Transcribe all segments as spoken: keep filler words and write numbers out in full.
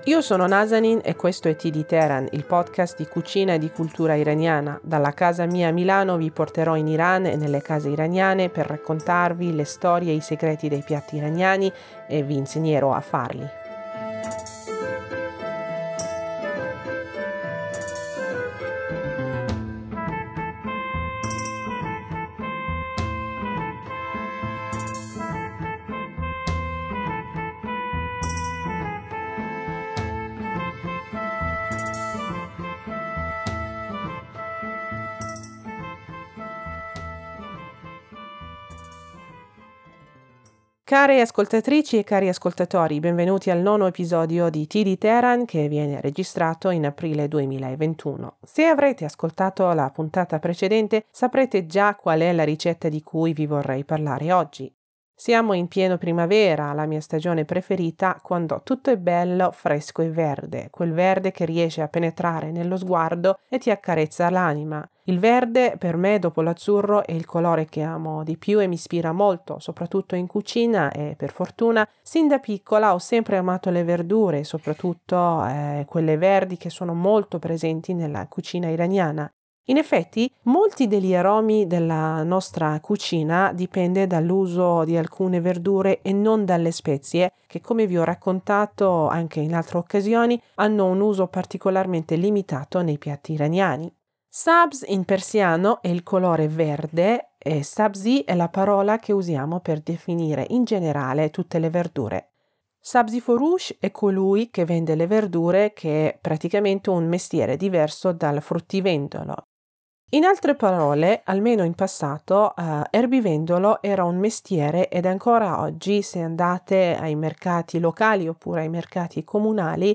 Io sono Nazanin e questo è Tea di Teheran, il podcast di cucina e di cultura iraniana. Dalla casa mia a Milano vi porterò in Iran e nelle case iraniane per raccontarvi le storie e i segreti dei piatti iraniani e vi insegnerò a farli. Care ascoltatrici e cari ascoltatori, benvenuti al nono episodio di Tea di Teheran che viene registrato in aprile duemilaventuno. Se avrete ascoltato la puntata precedente, saprete già qual è la ricetta di cui vi vorrei parlare oggi. Siamo in pieno primavera, la mia stagione preferita, quando tutto è bello, fresco e verde, quel verde che riesce a penetrare nello sguardo e ti accarezza l'anima. Il verde per me dopo l'azzurro è il colore che amo di più e mi ispira molto, soprattutto in cucina e per fortuna sin da piccola ho sempre amato le verdure, soprattutto eh, quelle verdi che sono molto presenti nella cucina iraniana. In effetti, molti degli aromi della nostra cucina dipende dall'uso di alcune verdure e non dalle spezie, che come vi ho raccontato anche in altre occasioni, hanno un uso particolarmente limitato nei piatti iraniani. Sabz in persiano è il colore verde e sabzi è la parola che usiamo per definire in generale tutte le verdure. Sabzi Forush è colui che vende le verdure, che è praticamente un mestiere diverso dal fruttivendolo. In altre parole, almeno in passato, uh, erbivendolo era un mestiere ed ancora oggi se andate ai mercati locali oppure ai mercati comunali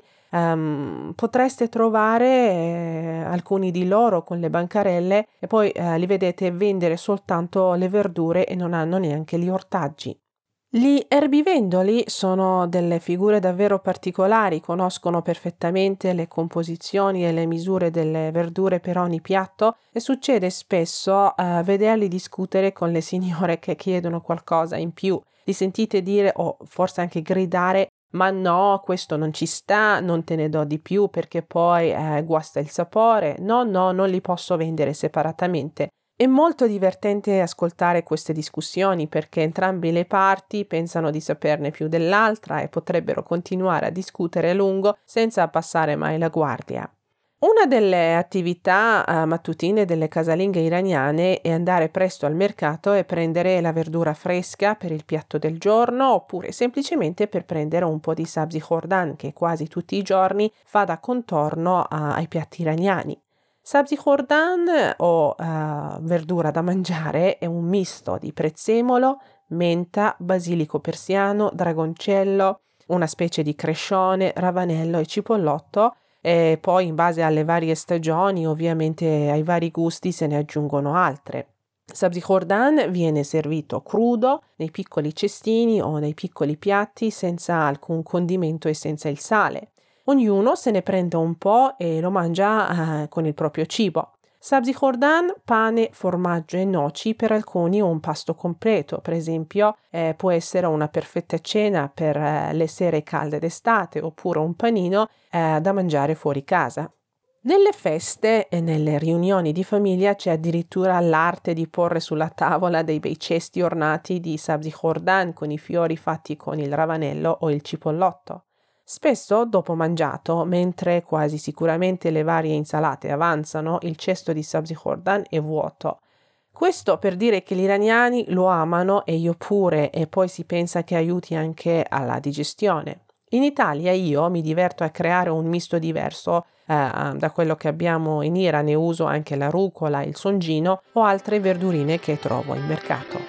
um, potreste trovare eh, alcuni di loro con le bancarelle e poi uh, li vedete vendere soltanto le verdure e non hanno neanche gli ortaggi. Gli erbivendoli sono delle figure davvero particolari, conoscono perfettamente le composizioni e le misure delle verdure per ogni piatto e succede spesso uh, vederli discutere con le signore che chiedono qualcosa in più. Li sentite dire o forse anche gridare: ma no, questo non ci sta, non te ne do di più perché poi eh, guasta il sapore, no, no, non li posso vendere separatamente. È molto divertente ascoltare queste discussioni perché entrambe le parti pensano di saperne più dell'altra e potrebbero continuare a discutere a lungo senza abbassare mai la guardia. Una delle attività uh, mattutine delle casalinghe iraniane è andare presto al mercato e prendere la verdura fresca per il piatto del giorno oppure semplicemente per prendere un po' di sabzi khordan che quasi tutti i giorni fa da contorno uh, ai piatti iraniani. Sabzi khordan o uh, verdura da mangiare è un misto di prezzemolo, menta, basilico persiano, dragoncello, una specie di crescione, ravanello e cipollotto e poi in base alle varie stagioni, ovviamente ai vari gusti se ne aggiungono altre. Sabzi khordan viene servito crudo nei piccoli cestini o nei piccoli piatti senza alcun condimento e senza il sale. Ognuno se ne prende un po' e lo mangia eh, con il proprio cibo. Sabzi khordan, pane, formaggio e noci per alcuni un pasto completo, per esempio eh, può essere una perfetta cena per eh, le sere calde d'estate oppure un panino eh, da mangiare fuori casa. Nelle feste e nelle riunioni di famiglia c'è addirittura l'arte di porre sulla tavola dei bei cesti ornati di sabzi khordan con i fiori fatti con il ravanello o il cipollotto. Spesso, dopo mangiato, mentre quasi sicuramente le varie insalate avanzano, il cesto di sabzi khordan è vuoto. Questo per dire che gli iraniani lo amano e io pure, e poi si pensa che aiuti anche alla digestione. In Italia io mi diverto a creare un misto diverso eh, da quello che abbiamo in Iran e uso anche la rucola, il songino o altre verdurine che trovo in mercato.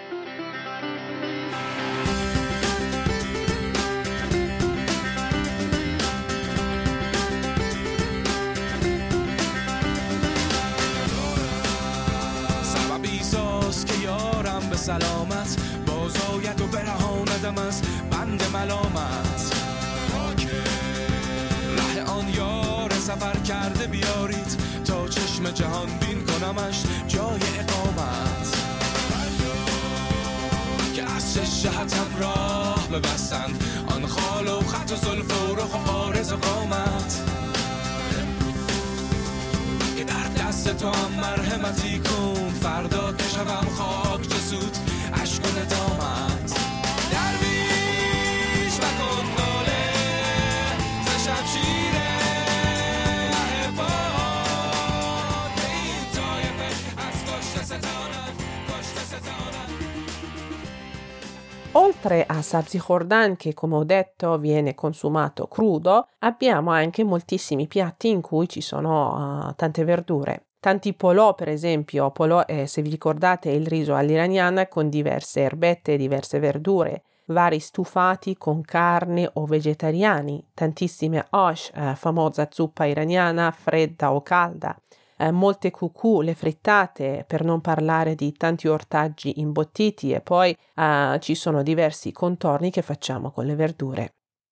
سلامت بازایت و برهاندم از بند ملامت ره آن یار سفر کرده بیارید تا چشم جهان بین کنمش جای اقامت که از شش جهتم راه ببستند آن خال و خط و زلف و رخ و عارض و قامت که در دست تو هم مرحمتی کن فردا که شوم خاک چه زود عشق و ندامت درویش مکن ناله ز شمشیره ره باد به این طایفه از کشته ستانت کشته ستانت. Oltre a sabzi khordan, che come ho detto viene consumato crudo, abbiamo anche moltissimi piatti in cui ci sono uh, tante verdure. Tanti polò, per esempio, polò è, se vi ricordate, il riso all'iraniana con diverse erbette e diverse verdure, vari stufati con carne o vegetariani, tantissime osh, eh, famosa zuppa iraniana fredda o calda, eh, molte cucù, le frittate, per non parlare di tanti ortaggi imbottiti e poi eh, ci sono diversi contorni che facciamo con le verdure.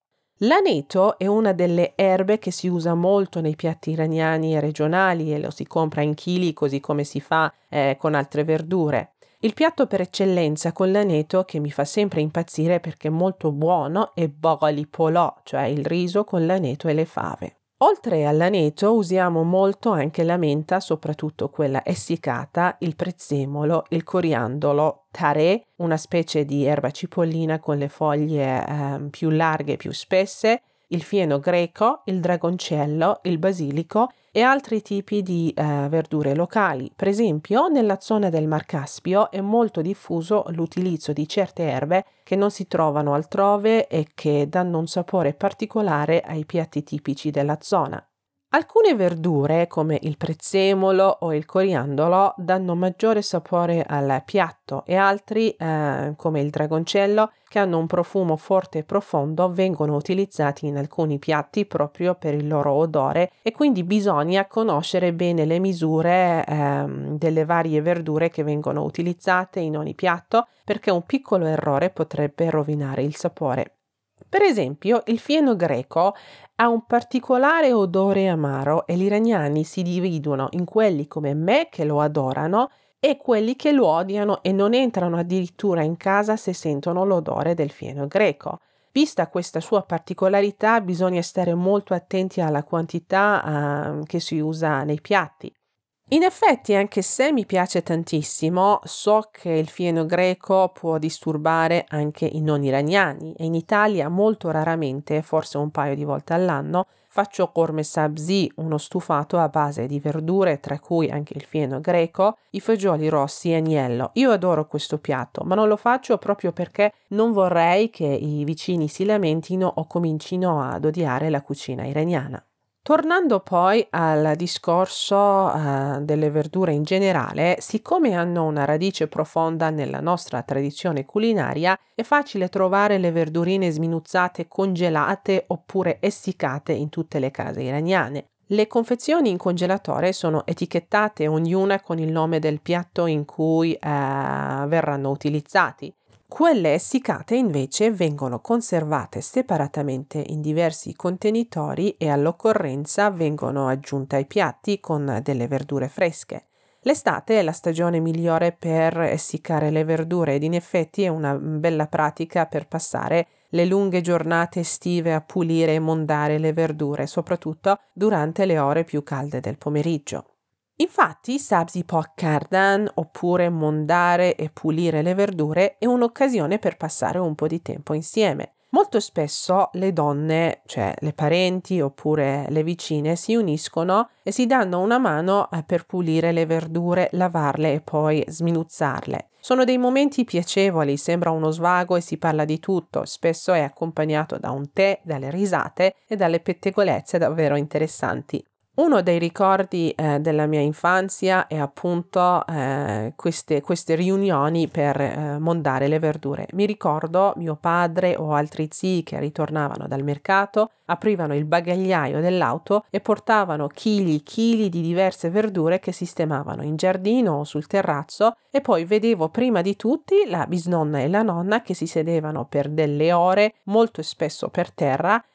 L'aneto è una delle erbe che si usa molto nei piatti iraniani e regionali e lo si compra in chili così come si fa eh, con altre verdure. Il piatto per eccellenza con l'aneto che mi fa sempre impazzire perché è molto buono è bogali polò, cioè il riso con l'aneto e le fave. Oltre all'aneto usiamo molto anche la menta, soprattutto quella essiccata, il prezzemolo, il coriandolo, tare, una specie di erba cipollina con le foglie eh, più larghe e più spesse, il fieno greco, il dragoncello, il basilico e altri tipi di eh, verdure locali. Per esempio, nella zona del Mar Caspio è molto diffuso l'utilizzo di certe erbe che non si trovano altrove e che danno un sapore particolare ai piatti tipici della zona. Alcune verdure, come il prezzemolo o il coriandolo, danno maggiore sapore al piatto e altri, eh, come il dragoncello, che hanno un profumo forte e profondo, vengono utilizzati in alcuni piatti proprio per il loro odore e quindi bisogna conoscere bene le misure eh, delle varie verdure che vengono utilizzate in ogni piatto, perché un piccolo errore potrebbe rovinare il sapore. Per esempio, il fieno greco ha un particolare odore amaro e gli iraniani si dividono in quelli come me che lo adorano e quelli che lo odiano e non entrano addirittura in casa se sentono l'odore del fieno greco. Vista questa sua particolarità, bisogna stare molto attenti alla quantità uh, che si usa nei piatti. In effetti, anche se mi piace tantissimo, so che il fieno greco può disturbare anche i non iraniani e in Italia molto raramente, forse un paio di volte all'anno, faccio korme sabzi, uno stufato a base di verdure, tra cui anche il fieno greco, i fagioli rossi e agnello. Io adoro questo piatto, ma non lo faccio proprio perché non vorrei che i vicini si lamentino o comincino ad odiare la cucina iraniana. Tornando poi al discorso uh, delle verdure in generale, siccome hanno una radice profonda nella nostra tradizione culinaria, è facile trovare le verdurine sminuzzate congelate oppure essiccate in tutte le case iraniane. Le confezioni in congelatore sono etichettate ognuna con il nome del piatto in cui uh, verranno utilizzati. Quelle essiccate invece vengono conservate separatamente in diversi contenitori e all'occorrenza vengono aggiunte ai piatti con delle verdure fresche. L'estate è la stagione migliore per essiccare le verdure ed in effetti è una bella pratica per passare le lunghe giornate estive a pulire e mondare le verdure, soprattutto durante le ore più calde del pomeriggio. Infatti, sabzi poak kardan, oppure mondare e pulire le verdure, è un'occasione per passare un po' di tempo insieme. Molto spesso le donne, cioè le parenti oppure le vicine, si uniscono e si danno una mano per pulire le verdure, lavarle e poi sminuzzarle. Sono dei momenti piacevoli, sembra uno svago e si parla di tutto, spesso è accompagnato da un tè, dalle risate e dalle pettegolezze davvero interessanti. Uno dei ricordi eh, della mia infanzia è appunto eh, queste, queste riunioni per eh, mondare le verdure. Mi ricordo mio padre o altri zii che ritornavano dal mercato, aprivano il bagagliaio dell'auto e portavano chili chili di diverse verdure che sistemavano in giardino o sul terrazzo e poi vedevo prima di tutti la bisnonna e la nonna che si sedevano per delle ore, molto spesso per terra,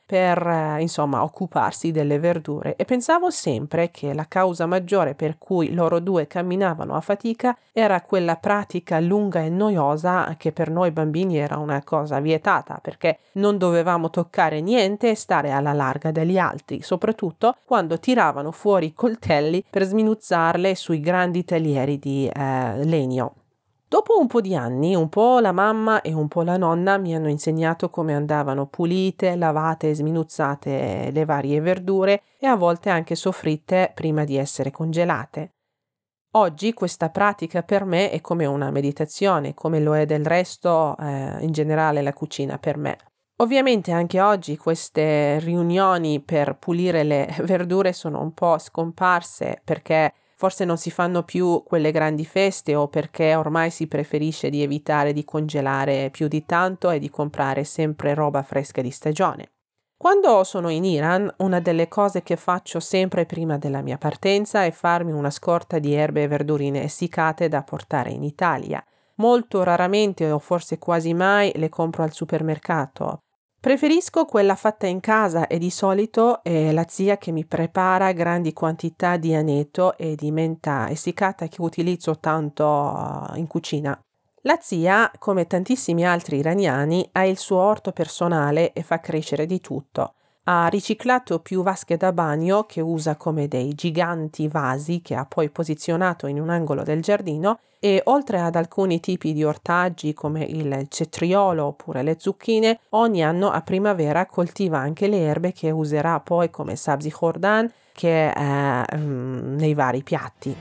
per eh, insomma occuparsi delle verdure e pensavo sempre che la causa maggiore per cui loro due camminavano a fatica era quella pratica lunga e noiosa che per noi bambini era una cosa vietata, perché non dovevamo toccare niente e stare alla larga dagli altri, soprattutto quando tiravano fuori i coltelli per sminuzzarle sui grandi taglieri di eh, legno. Dopo un po' di anni, un po' la mamma e un po' la nonna mi hanno insegnato come andavano pulite, lavate e sminuzzate le varie verdure e a volte anche soffritte prima di essere congelate. Oggi questa pratica per me è come una meditazione, come lo è del resto eh, in generale la cucina per me. Ovviamente anche oggi queste riunioni per pulire le verdure sono un po' scomparse perché forse non si fanno più quelle grandi feste o perché ormai si preferisce di evitare di congelare più di tanto e di comprare sempre roba fresca di stagione. Quando sono in Iran, una delle cose che faccio sempre prima della mia partenza è farmi una scorta di erbe e verdurine essiccate da portare in Italia. Molto raramente o forse quasi mai le compro al supermercato. Preferisco quella fatta in casa e di solito è la zia che mi prepara grandi quantità di aneto e di menta essiccata che utilizzo tanto in cucina. La zia, come tantissimi altri iraniani, ha il suo orto personale e fa crescere di tutto. Ha riciclato più vasche da bagno che usa come dei giganti vasi che ha poi posizionato in un angolo del giardino e oltre ad alcuni tipi di ortaggi come il cetriolo oppure le zucchine, ogni anno a primavera coltiva anche le erbe che userà poi come sabzi khordan che è um, nei vari piatti.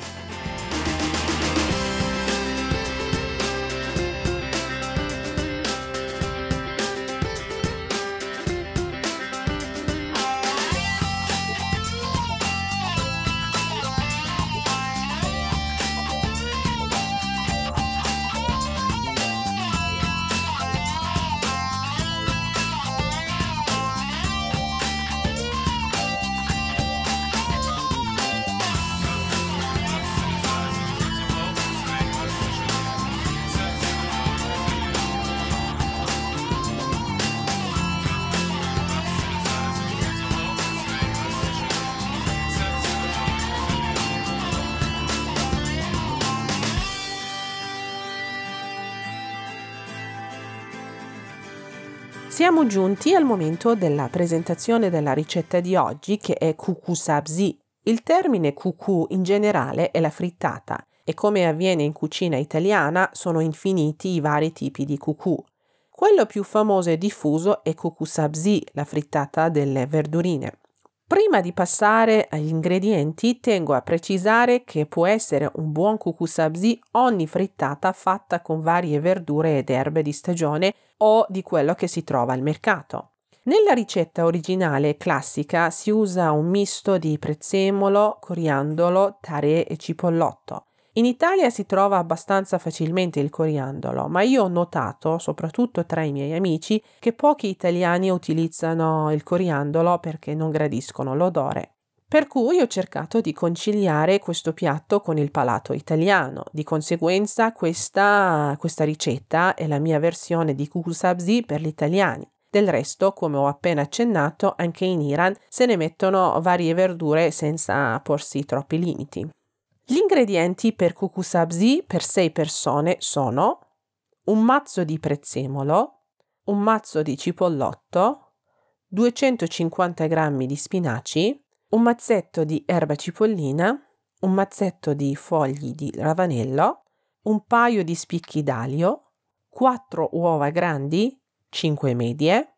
Siamo giunti al momento della presentazione della ricetta di oggi che è kuku sabzi. Il termine kuku in generale è la frittata e come avviene in cucina italiana sono infiniti i vari tipi di kuku. Quello più famoso e diffuso è kuku sabzi, la frittata delle verdurine. Prima di passare agli ingredienti tengo a precisare che può essere un buon kuku sabzi ogni frittata fatta con varie verdure ed erbe di stagione o di quello che si trova al mercato. Nella ricetta originale classica si usa un misto di prezzemolo, coriandolo, tare e cipollotto. In Italia si trova abbastanza facilmente il coriandolo, ma io ho notato, soprattutto tra i miei amici, che pochi italiani utilizzano il coriandolo perché non gradiscono l'odore. Per cui ho cercato di conciliare questo piatto con il palato italiano. Di conseguenza questa, questa ricetta è la mia versione di kuku sabzi per gli italiani. Del resto, come ho appena accennato, anche in Iran se ne mettono varie verdure senza porsi troppi limiti. Gli ingredienti per kuku sabzi per sei persone sono un mazzo di prezzemolo, un mazzo di cipollotto, duecentocinquanta grammi di spinaci, un mazzetto di erba cipollina, un mazzetto di fogli di ravanello, un paio di spicchi d'aglio, quattro uova grandi, cinque medie,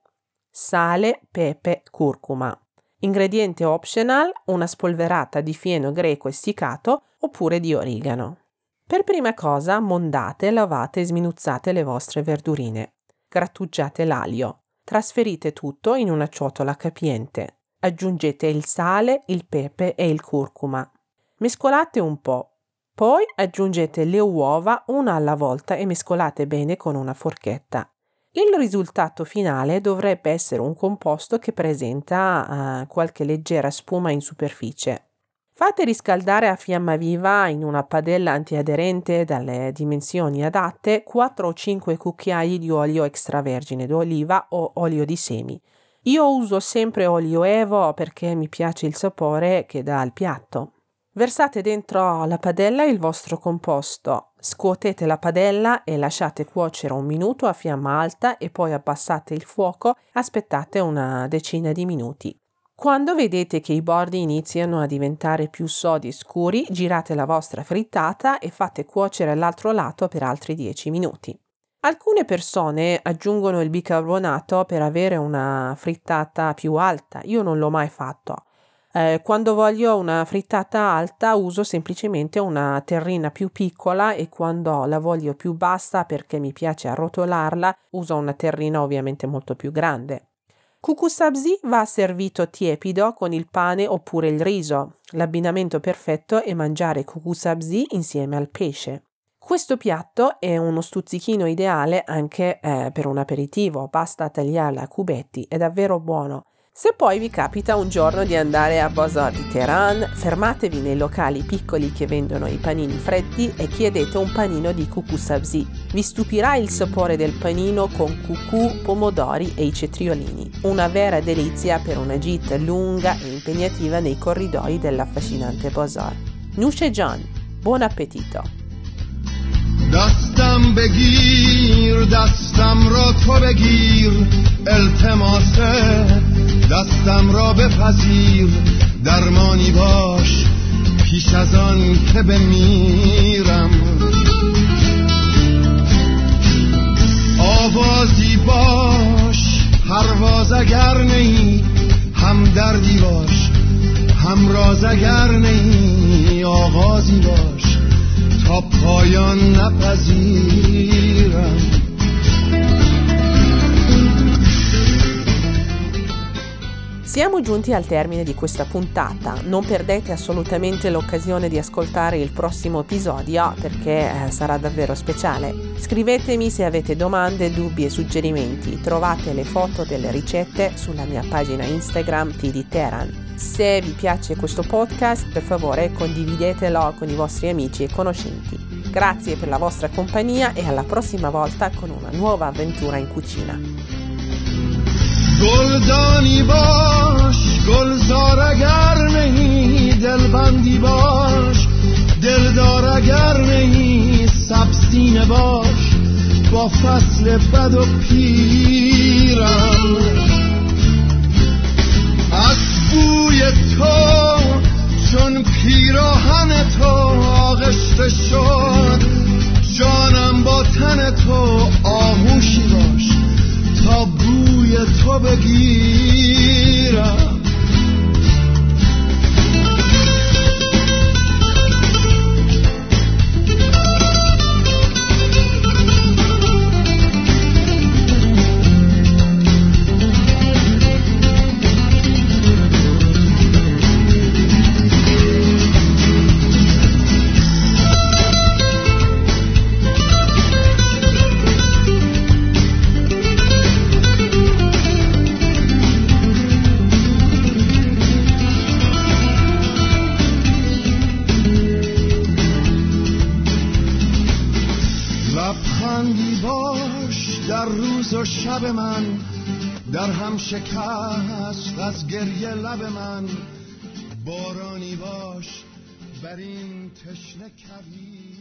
sale, pepe, curcuma. Ingrediente optional, una spolverata di fieno greco essiccato oppure di origano. Per prima cosa mondate, lavate e sminuzzate le vostre verdurine. Grattugiate l'aglio. Trasferite tutto in una ciotola capiente. Aggiungete il sale, il pepe e il curcuma. Mescolate un po'. Poi aggiungete le uova una alla volta e mescolate bene con una forchetta. Il risultato finale dovrebbe essere un composto che presenta uh, qualche leggera spuma in superficie. Fate riscaldare a fiamma viva in una padella antiaderente dalle dimensioni adatte quattro o cinque cucchiai di olio extravergine d'oliva o olio di semi. Io uso sempre olio Evo perché mi piace il sapore che dà al piatto. Versate dentro la padella il vostro composto, scuotete la padella e lasciate cuocere un minuto a fiamma alta e poi abbassate il fuoco, aspettate una decina di minuti. Quando vedete che i bordi iniziano a diventare più sodi scuri, girate la vostra frittata e fate cuocere l'altro lato per altri dieci minuti. Alcune persone aggiungono il bicarbonato per avere una frittata più alta, io non l'ho mai fatto. Eh, quando voglio una frittata alta uso semplicemente una terrina più piccola e quando la voglio più bassa perché mi piace arrotolarla uso una terrina ovviamente molto più grande. Kuku sabzi va servito tiepido con il pane oppure il riso. L'abbinamento perfetto è mangiare kuku sabzi insieme al pesce. Questo piatto è uno stuzzichino ideale anche eh, per un aperitivo, basta tagliarla a cubetti, è davvero buono. Se poi vi capita un giorno di andare a Bazar di Teheran, fermatevi nei locali piccoli che vendono i panini freddi e chiedete un panino di kuku sabzi. Vi stupirà il sapore del panino con cucù, pomodori e i cetriolini. Una vera delizia per una gita lunga e impegnativa nei corridoi dell'affascinante Bazar. Nush Jan, buon appetito! دستم بگیر دستم را تو بگیر التماسه دستم را بپذیر درمانی باش پیش از آن که بمیرم آوازی باش پرواز اگر نی همدردی باش همراز اگر نی آغازی باش تا پایان نپذیرم Siamo giunti al termine di questa puntata, non perdete assolutamente l'occasione di ascoltare il prossimo episodio perché eh, sarà davvero speciale. Scrivetemi se avete domande, dubbi e suggerimenti, trovate le foto delle ricette sulla mia pagina Instagram T D Teheran. Se vi piace questo podcast, per favore condividetelo con i vostri amici e conoscenti. Grazie per la vostra compagnia e alla prossima volta con una nuova avventura in cucina. گلدانی باش گلزار اگر نهی دلبندی باش دلدار اگر نهی سبزینه باش با فصل بد و پیرم از بوی تو چون پیراهن تو آغشته شد جانم با تن تو آغوشی باش تا بوی تو بگیرم در روز و شب من در هم شکست از گریه لب من بارانی باش بر این تشنه کویر